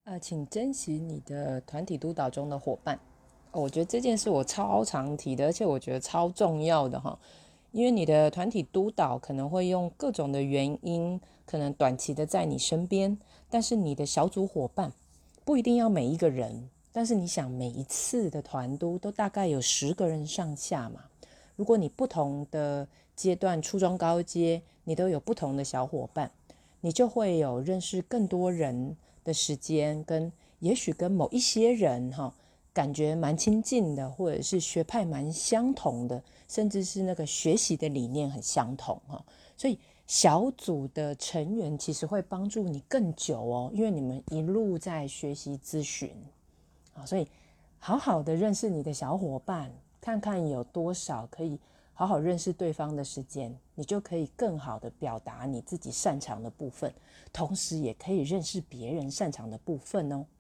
请珍惜你的团体督导中的伙伴。我觉得这件事我超常提的，而且我觉得超重要的哈。因为你的团体督导可能会用各种的原因，可能短期的在你身边，但是你的小组伙伴不一定要每一个人，但是你想每一次的团督都大概有10个人上下嘛。如果你不同的阶段，初中、高阶，你都有不同的小伙伴，你就会有认识更多人的时间，跟也许跟某一些人感觉蛮亲近的，或者是学派蛮相同的，甚至是那个学习的理念很相同所以小组的成员其实会帮助你更久哦，因为你们一路在学习咨询所以好好的认识你的小伙伴，看看有多少可以好好认识对方的时间，你就可以更好的表达你自己擅长的部分，同时也可以认识别人擅长的部分哦。